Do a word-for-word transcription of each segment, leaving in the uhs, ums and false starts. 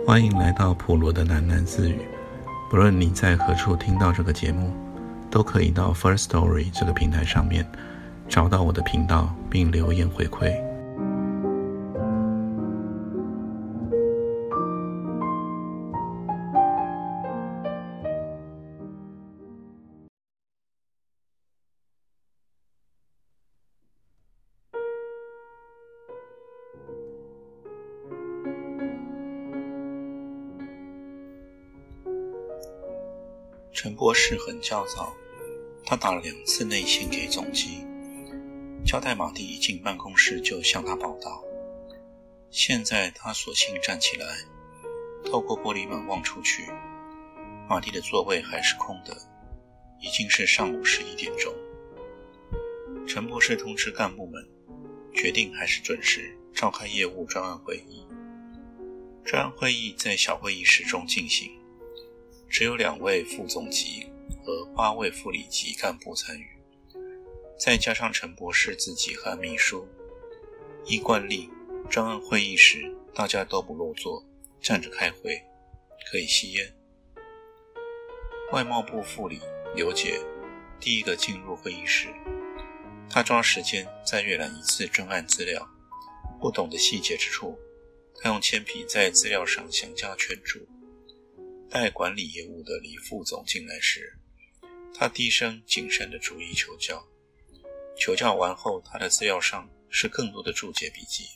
欢迎来到普罗的喃喃自语。不论你在何处听到这个节目，都可以到 First Story 这个平台上面找到我的频道并留言回馈。陈博士很焦躁，他打了两次内线给总机，交代马蒂一进办公室就向他报道。现在他索性站起来，透过玻璃门望出去，马蒂的座位还是空的，已经是上午十一点钟。陈博士通知干部们，决定还是准时召开业务专案会议。专案会议在小会议室中进行，只有两位副总级和八位副理级干部参与，再加上陈博士自己和秘书。依惯例，专案会议时大家都不落座，站着开会，可以吸烟。外贸部副理刘姐第一个进入会议室，她抓时间再阅览一次专案资料，不懂的细节之处，她用铅笔在资料上详加圈注。待管理业务的李副总进来时，他低声谨慎地逐一求教。求教完后，他的资料上是更多的注解笔记。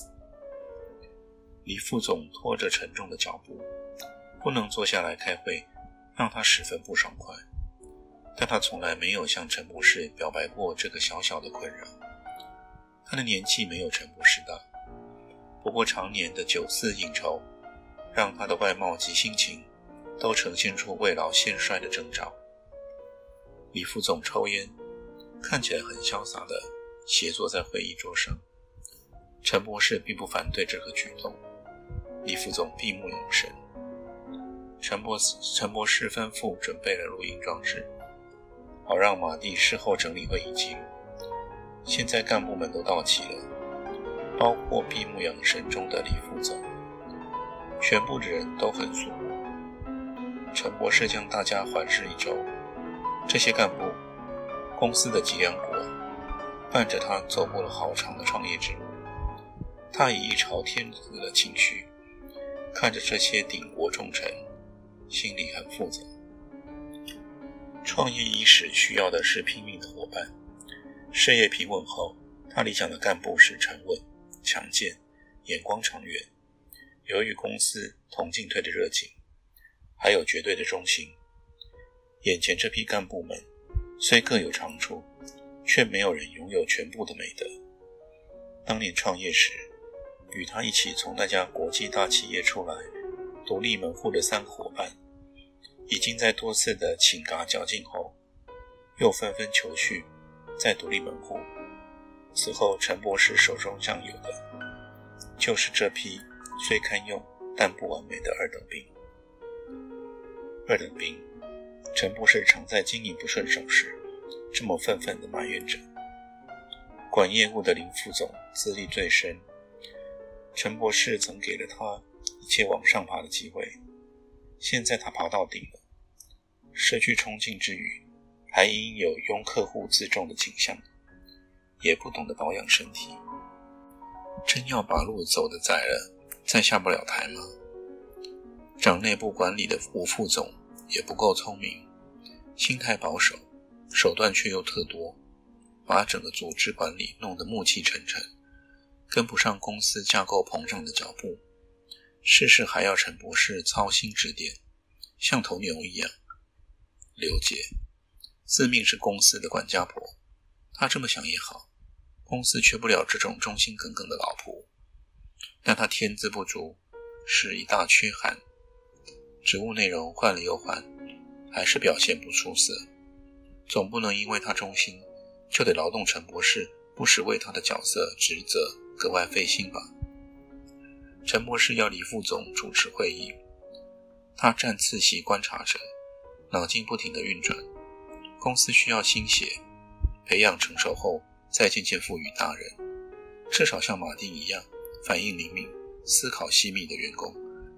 李副总拖着沉重的脚步，不能坐下来开会，让他十分不爽快。但他从来没有向陈博士表白过这个小小的困扰。他的年纪没有陈博士大，不过常年的酒肆应酬，让他的外貌及心情都呈现出未老先衰的征兆。李副总抽烟，看起来很潇洒地斜坐在会议桌上。陈博士并不反对这个举动。李副总闭目养神。陈博士陈博士吩咐准备了录音装置，好让马蒂事后整理会议记录。现在干部们都到齐了，包括闭目养神中的李副总。全部的人都很肃穆。陈博士将大家环视一周，这些干部，公司的脊梁骨，伴着他走过了好长的创业之路。他以一朝天子的情绪看着这些鼎国重臣，心里很复杂。创业伊始需要的是拼命的伙伴，事业平稳后，他理想的干部是沉稳、强健、眼光长远，有与公司同进退的热情，还有绝对的忠心。眼前这批干部们虽各有长处，却没有人拥有全部的美德。当年创业时，与他一起从那家国际大企业出来独立门户的三个伙伴，已经在多次的请嘎较劲后，又纷纷求续再独立门户。此后陈博士手中享有的就是这批虽堪用但不完美的二等兵。二等兵，陈博士常在经营不顺手时这么愤愤地埋怨着。管业务的林副总资历最深，陈博士曾给了他一切往上爬的机会，现在他爬到顶了，失去冲劲之余，还因有拥客户自重的倾向，也不懂得保养身体。真要把路走得窄了，再下不了台吗？掌内部管理的吴副总也不够聪明，心态保守，手段却又特多，把整个组织管理弄得暮气沉沉，跟不上公司架构膨胀的脚步，事事还要陈博士操心指点，像头牛一样。刘姐自命是公司的管家婆，她这么想也好，公司缺不了这种忠心耿耿的老仆，但她天资不足，是一大缺憾。职务内容换了又换，还是表现不出色，总不能因为他忠心，就得劳动陈博士不时为他的角色职责格外费心吧。陈博士要李副总主持会议，他站次席观察着，脑筋不停地运转。公司需要新血，培养成熟后再渐渐赋予大人，至少像马丁一样反应灵敏、思考细密的员工，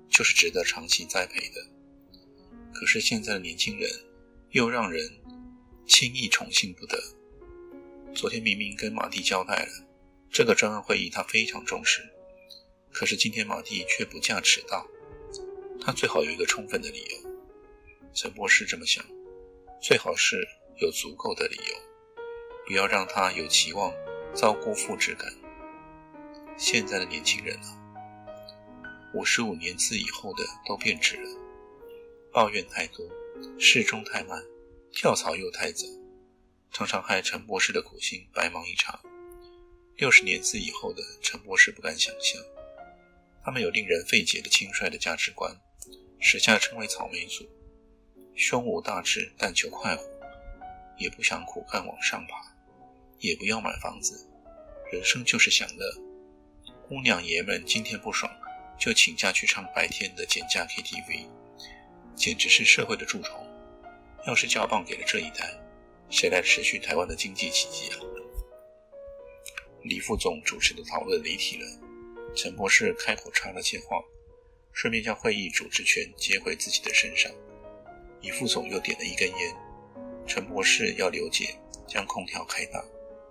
就是值得长期栽培的。可是现在的年轻人又让人轻易宠幸不得。昨天明明跟马蒂交代了，这个专案会议他非常重视，可是今天马蒂却不驾迟到，他最好有一个充分的理由。陈博士这么想，最好是有足够的理由，不要让他有期望遭辜负之感。现在的年轻人啊，五十五年次以后的都变质了，抱怨太多，事中太慢，跳槽又太早，常常害陈博士的苦心白忙一场。六十年次以后的陈博士不敢想象，他们有令人费解的轻率的价值观，时下称为草莓族，胸无大志，但求快活，也不想苦干往上爬，也不要买房子，人生就是享乐。姑娘爷们今天不爽，就请假去唱白天的减价 K T V， 简直是社会的蛀虫。要是交棒给了这一代，谁来持续台湾的经济奇迹啊？李副总主持的讨论离题了，陈博士开口插了些话，顺便将会议主持权接回自己的身上。李副总又点了一根烟，陈博士要刘姐将空调开大。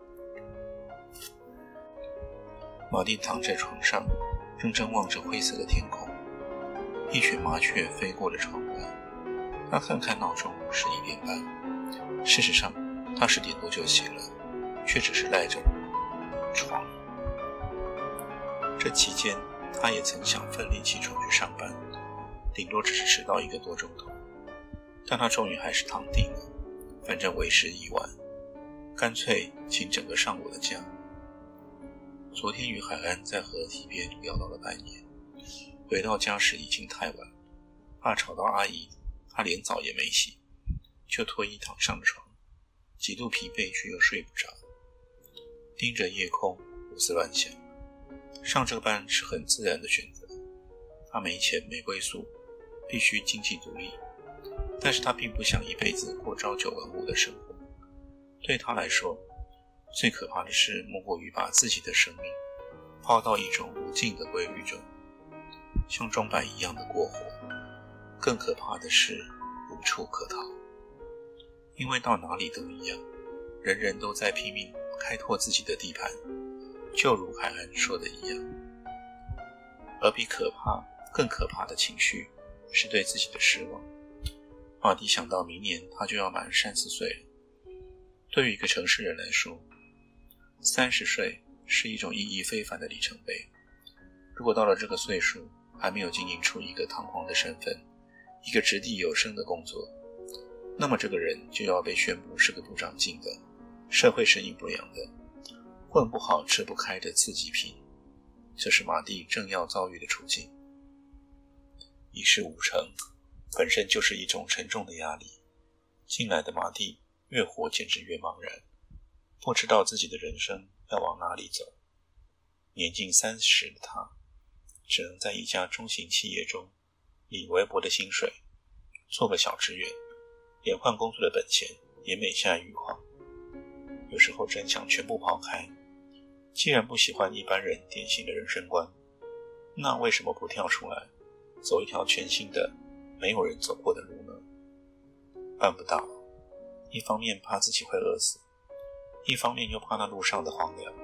马蒂躺在床上，怔怔望着灰色的天空，一群麻雀飞过了窗外。他看看闹钟是一点半，事实上他十点多就醒了，却只是赖着床。这期间他也曾想奋力起床去上班，顶多只是迟到一个多钟头，但他终于还是躺定了，反正为时已晚，干脆请整个上午的假。昨天与海安在河堤边聊到了半夜，回到家时已经太晚，怕吵到阿姨，他连澡也没洗，就脱衣躺上了床，极度疲惫却又睡不着，盯着夜空胡思乱想。上这个班是很自然的选择，他没钱没归宿，必须经济独立，但是他并不想一辈子过朝九晚五的生活。对他来说，最可怕的事莫过于把自己的生命抛到一种无尽的规律中，像钟摆一样的过活。更可怕的是无处可逃，因为到哪里都一样，人人都在拼命开拓自己的地盘，就如海安说的一样。而比可怕更可怕的情绪是对自己的失望。马蒂想到明年他就要满三十岁了，对于一个城市人来说，三十岁是一种意义非凡的里程碑。如果到了这个岁数还没有经营出一个堂皇的身份，一个掷地有声的工作，那么这个人就要被宣布是个不长进的、社会适应不良的、混不好吃不开的次级品。这是马蒂正要遭遇的处境。一事无成本身就是一种沉重的压力，近来的马蒂越活简直越茫然，不知道自己的人生要往哪里走。年近三十的他，只能在一家中型企业中以微薄的薪水做个小职员，连换工作的本钱也每下愈况。有时候真想全部抛开，既然不喜欢一般人典型的人生观，那为什么不跳出来走一条全新的没有人走过的路呢？办不到，一方面怕自己会饿死，一方面又怕那路上的荒凉。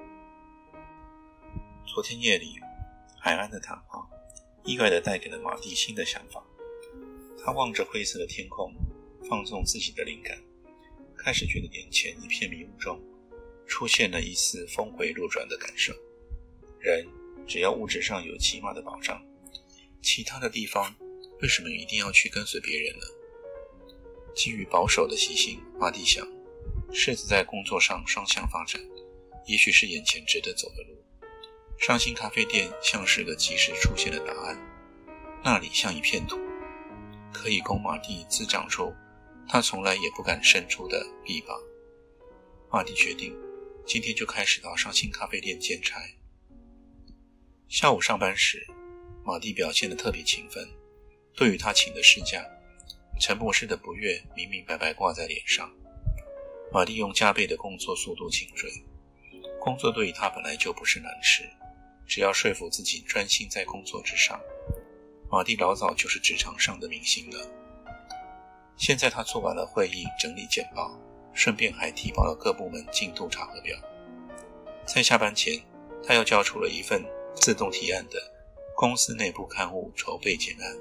昨天夜里海安的谈话意外地带给了马蒂新的想法。他望着灰色的天空，放纵自己的灵感，开始觉得眼前一片迷雾中出现了一丝峰回路转的感受。人只要物质上有起码的保障，其他的地方为什么一定要去跟随别人呢？基于保守的习性，马蒂想，狮子在工作上双向发展，也许是眼前值得走的路。上新咖啡店像是个及时出现的答案，那里像一片土，可以供马蒂滋长出他从来也不敢伸出的臂膀。马蒂决定今天就开始到上新咖啡店兼差。下午上班时，马蒂表现得特别勤奋，对于他请的事假，陈博士的不悦明明白白挂在脸上。马蒂用加倍的工作速度请罪，工作对于他本来就不是难事，只要说服自己专心在工作之上， 马蒂老早就是职场上的明星了。现在他做完了会议，整理简报，顺便还提报了各部门进度查核表。在下班前，他又交出了一份自动提案的公司内部刊物筹备简案。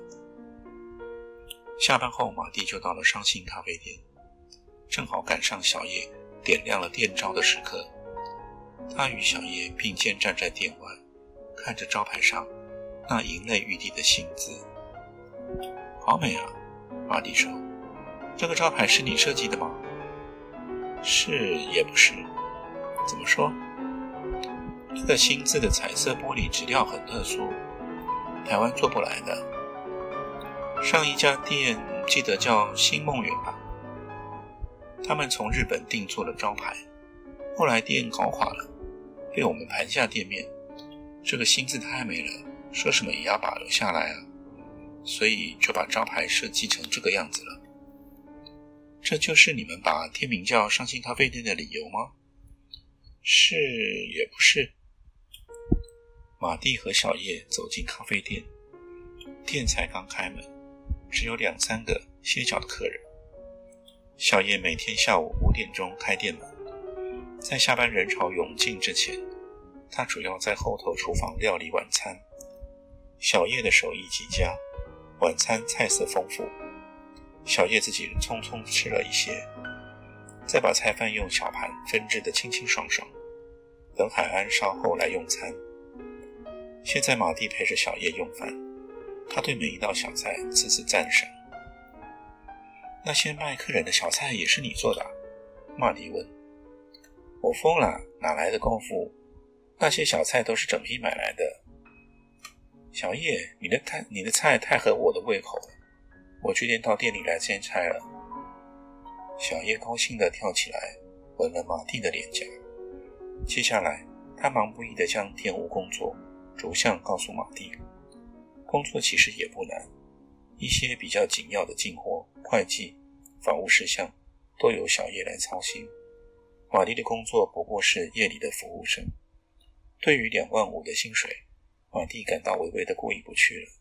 下班后，马蒂就到了伤心咖啡店，正好赶上小叶点亮了店招的时刻。他与小叶并肩站在店外，看着招牌上那银泪欲滴的新字。好美啊，马蒂说，这个招牌是你设计的吗？是也不是。怎么说？这个新字的彩色玻璃质料很特殊，台湾做不来的。上一家店记得叫新梦园吧，他们从日本订做了招牌，后来店搞垮了，被我们盘下店面。这个新字太美了，说什么也要保留下来啊，所以就把招牌设计成这个样子了。这就是你们把店名叫伤心咖啡店的理由吗？是也不是。马蒂和小叶走进咖啡店，店才刚开门，只有两三个歇脚的客人。小叶每天下午五点钟开店门，在下班人潮涌进之前，他主要在后头厨房料理晚餐。小叶的手艺极佳，晚餐菜色丰富，小叶自己匆匆吃了一些，再把菜饭用小盘分制得清清爽爽，等海安稍后来用餐。现在马蒂陪着小叶用饭，他对每一道小菜字字赞赏。那些卖客人的小菜也是你做的啊？马蒂问。我疯了，哪来的功夫？那些小菜都是整批买来的。小叶，你的菜你的菜太合我的胃口了，我决定到店里来兼差了。小叶高兴地跳起来，吻了马蒂的脸颊。接下来，他忙不已地将店务工作逐项告诉马蒂。工作其实也不难，一些比较紧要的进货、会计、法务事项都由小叶来操心。马蒂的工作不过是夜里的服务生。对于两万五的薪水，马蒂感到微微的过意不去了。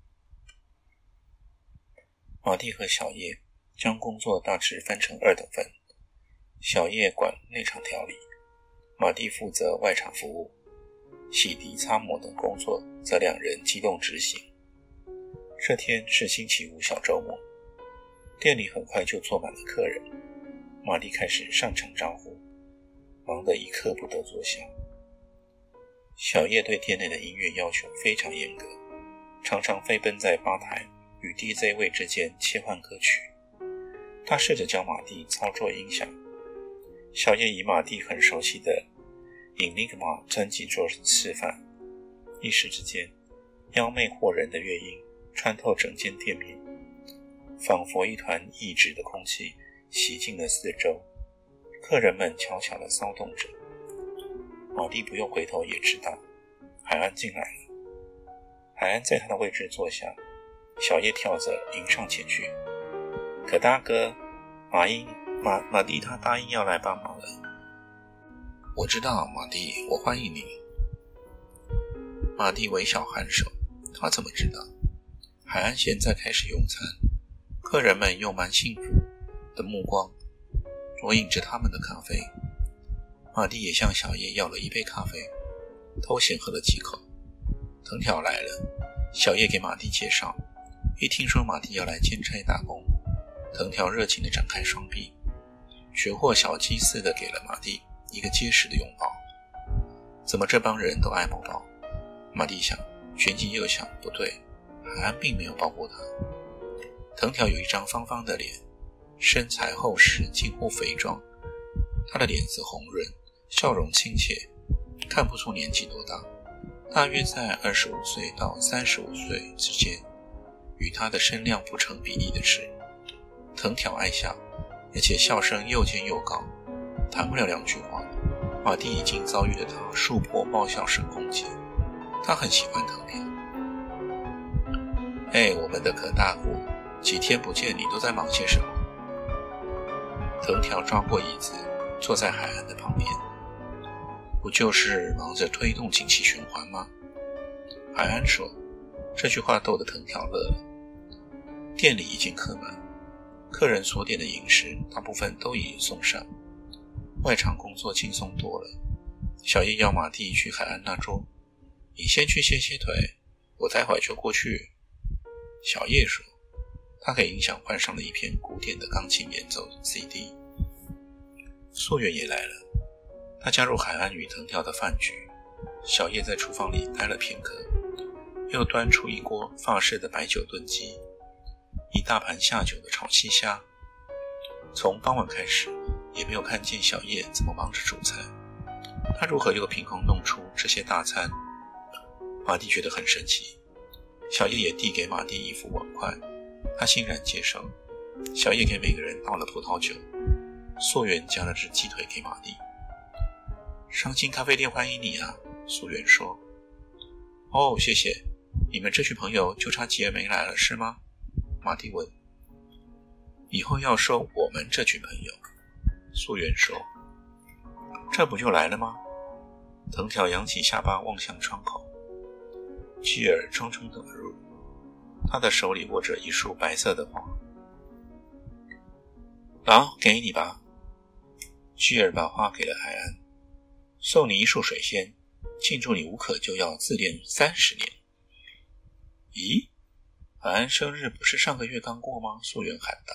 马蒂和小叶将工作大致分成二等份，小叶管内场调理，马蒂负责外场服务，洗涤擦抹等工作则两人机动执行。这天是星期五小周末，店里很快就坐满了客人。马蒂开始上场招呼，忙得一刻不得坐下。小叶对店内的音乐要求非常严格，常常飞奔在吧台与 D J 位之间切换歌曲。他试着教马蒂操作音响，小叶以马蒂很熟悉的 Enigma 专辑做示范，一时之间，妖媚惑人的乐音穿透整间店面，仿佛一团异质的空气袭进了四周，客人们悄悄地骚动着。马蒂不用回头也知道，海安进来了。海安在他的位置坐下，小叶跳着迎上前去。可大哥，马英马马蒂他答应要来帮忙了。我知道，马蒂，我欢迎你。马蒂微笑颔首，他怎么知道？海安现在开始用餐，客人们用蛮幸福的目光着饮着他们的咖啡。马蒂也向小叶要了一杯咖啡，偷闲喝了几口。藤条来了，小叶给马蒂介绍，一听说马蒂要来兼差打工，藤条热情地展开双臂，学货小鸡似的给了马蒂一个结实的拥抱。怎么这帮人都爱慕抱？马蒂想，旋即又想，不对，海安并没有抱过他。藤条有一张方方的脸，身材厚实，近乎肥壮，他的脸色红润，笑容亲切，看不出年纪多大，大约在二十五岁到三十五岁之间。与他的身量不成比例的是，藤条爱笑，而且笑声又尖又高，谈不了两句话，马蒂已经遭遇了他数波爆笑声攻击。他很喜欢藤条。哎，我们的可大姑，几天不见，你都在忙些什么？藤条抓过椅子，坐在海安的旁边。不就是忙着推动景气循环吗？海安说， 这句话逗得藤条乐了。店里已经客满，客人所点的饮食大部分都已经送上，外场工作轻松多了。小叶要马蒂去海岸那桌，你先去歇歇腿，我待会儿就过去。小叶说，他给音响换上了一片古典的钢琴演奏 C D。 溯源也来了，他加入海岸与藤条的饭局。小叶在厨房里待了片刻，又端出一锅法式的白酒炖鸡，一大盘下酒的炒西虾。从傍晚开始，也没有看见小叶怎么忙着煮菜，他如何又凭空弄出这些大餐？马蒂觉得很神奇。小叶也递给马蒂一副碗筷，他欣然接受。小叶给每个人倒了葡萄酒，溯源夹了只鸡腿给马蒂。伤心咖啡店欢迎你啊，溯源说。哦，谢谢。你们这群朋友就差吉尔没来了是吗？马蒂问。以后要说我们这群朋友，溯源说。这不就来了吗？藤条扬起下巴望向窗口。吉尔匆匆地入，他的手里握着一束白色的花。好，给你吧。吉尔把花给了海岸，送你一束水仙，庆祝你无可救药自恋三十年。咦，海岸生日不是上个月刚过吗？溯源喊道。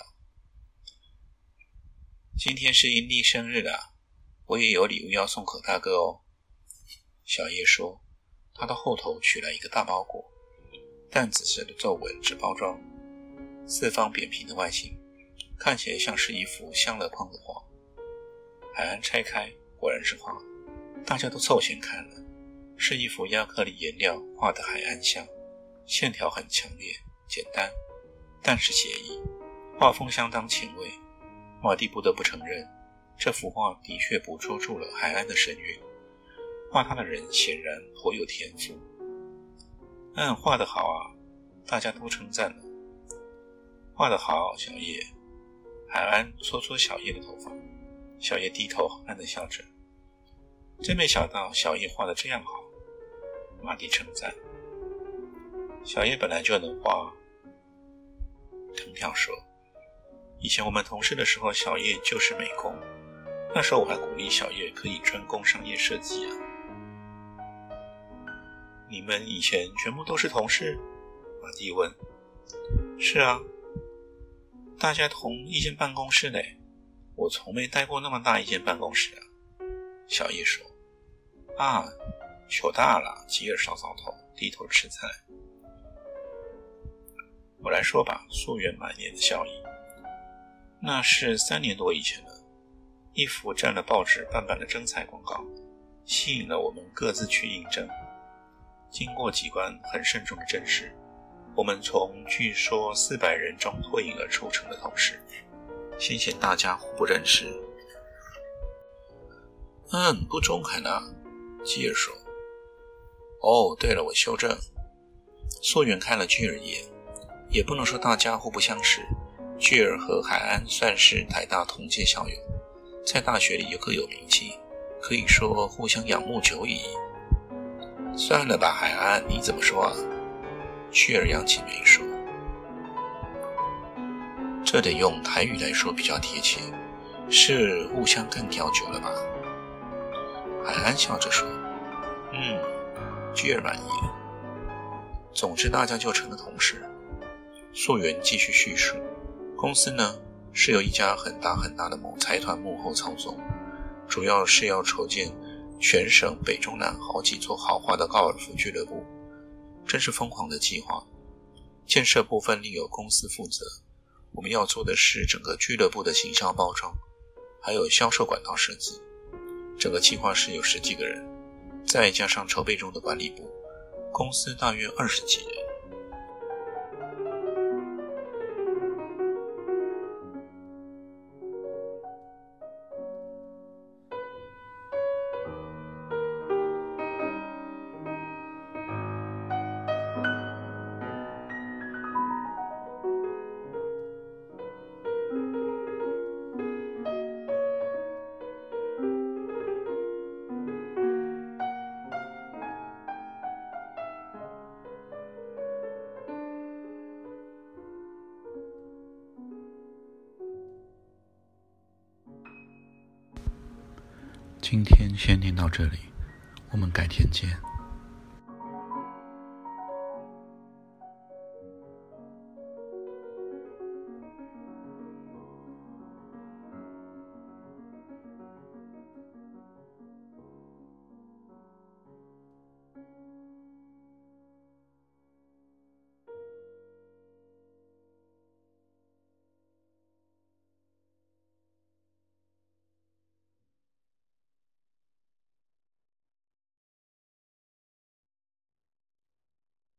今天是阴历生日啦，我也有礼物要送可大哥哦。小叶说，他到后头取来一个大包裹，淡紫色的皱纹纸包装，四方扁平的外形，看起来像是一幅香乐框的画。海岸拆开，果然是画，大家都凑前看了，是一幅亚克力颜料画的海岸像，线条很强烈简单，但是写意，画风相当前卫。马蒂不得不承认，这幅画的确捕捉住了海岸的神韵，画他的人显然颇有天赋。嗯，画得好啊，大家都称赞了。画得好，小叶。海岸搓搓小叶的头发，小叶低头暗地笑着。真没想到小叶画得这样好，马蒂称赞。小叶本来就能画，藤条说。以前我们同事的时候，小叶就是美工，那时候我还鼓励小叶可以专攻商业设计啊。你们以前全部都是同事？马蒂问。是啊，大家同一间办公室嘞，我从没待过那么大一间办公室啊。小叶说。啊，糗大了，吉尔搔搔头，低头吃菜。我来说吧，溯源满脸的笑意。那是三年多以前了，一幅占了报纸半版的征才广告，吸引了我们各自去应征。经过几关很慎重的甄试，我们从据说四百人中脱颖而出成了同事，先前大家互不认识。嗯，不中肯啊，吉尔说。哦，对了，我修正。溯源看了吉尔一眼，也不能说大家互不相识。吉尔和海安算是台大同届校友，在大学里又各有名气，可以说互相仰慕久矣。算了吧，海安，你怎么说啊？吉尔扬起眉说。这得用台语来说比较贴切，是互相干掉久了吧？海安笑着说。嗯，吉尔满意了。总之大家就成了同事。溯源继续叙述。公司呢，是由一家很大很大的某财团幕后操纵，主要是要筹建全省北中南好几座豪华的高尔夫俱乐部，真是疯狂的计划。建设部分另有公司负责，我们要做的是整个俱乐部的行销包装，还有销售管道设计。整个计划是有十几个人，再加上筹备中的管理部，公司大约二十几人。 今天先念到这里，我们改天见。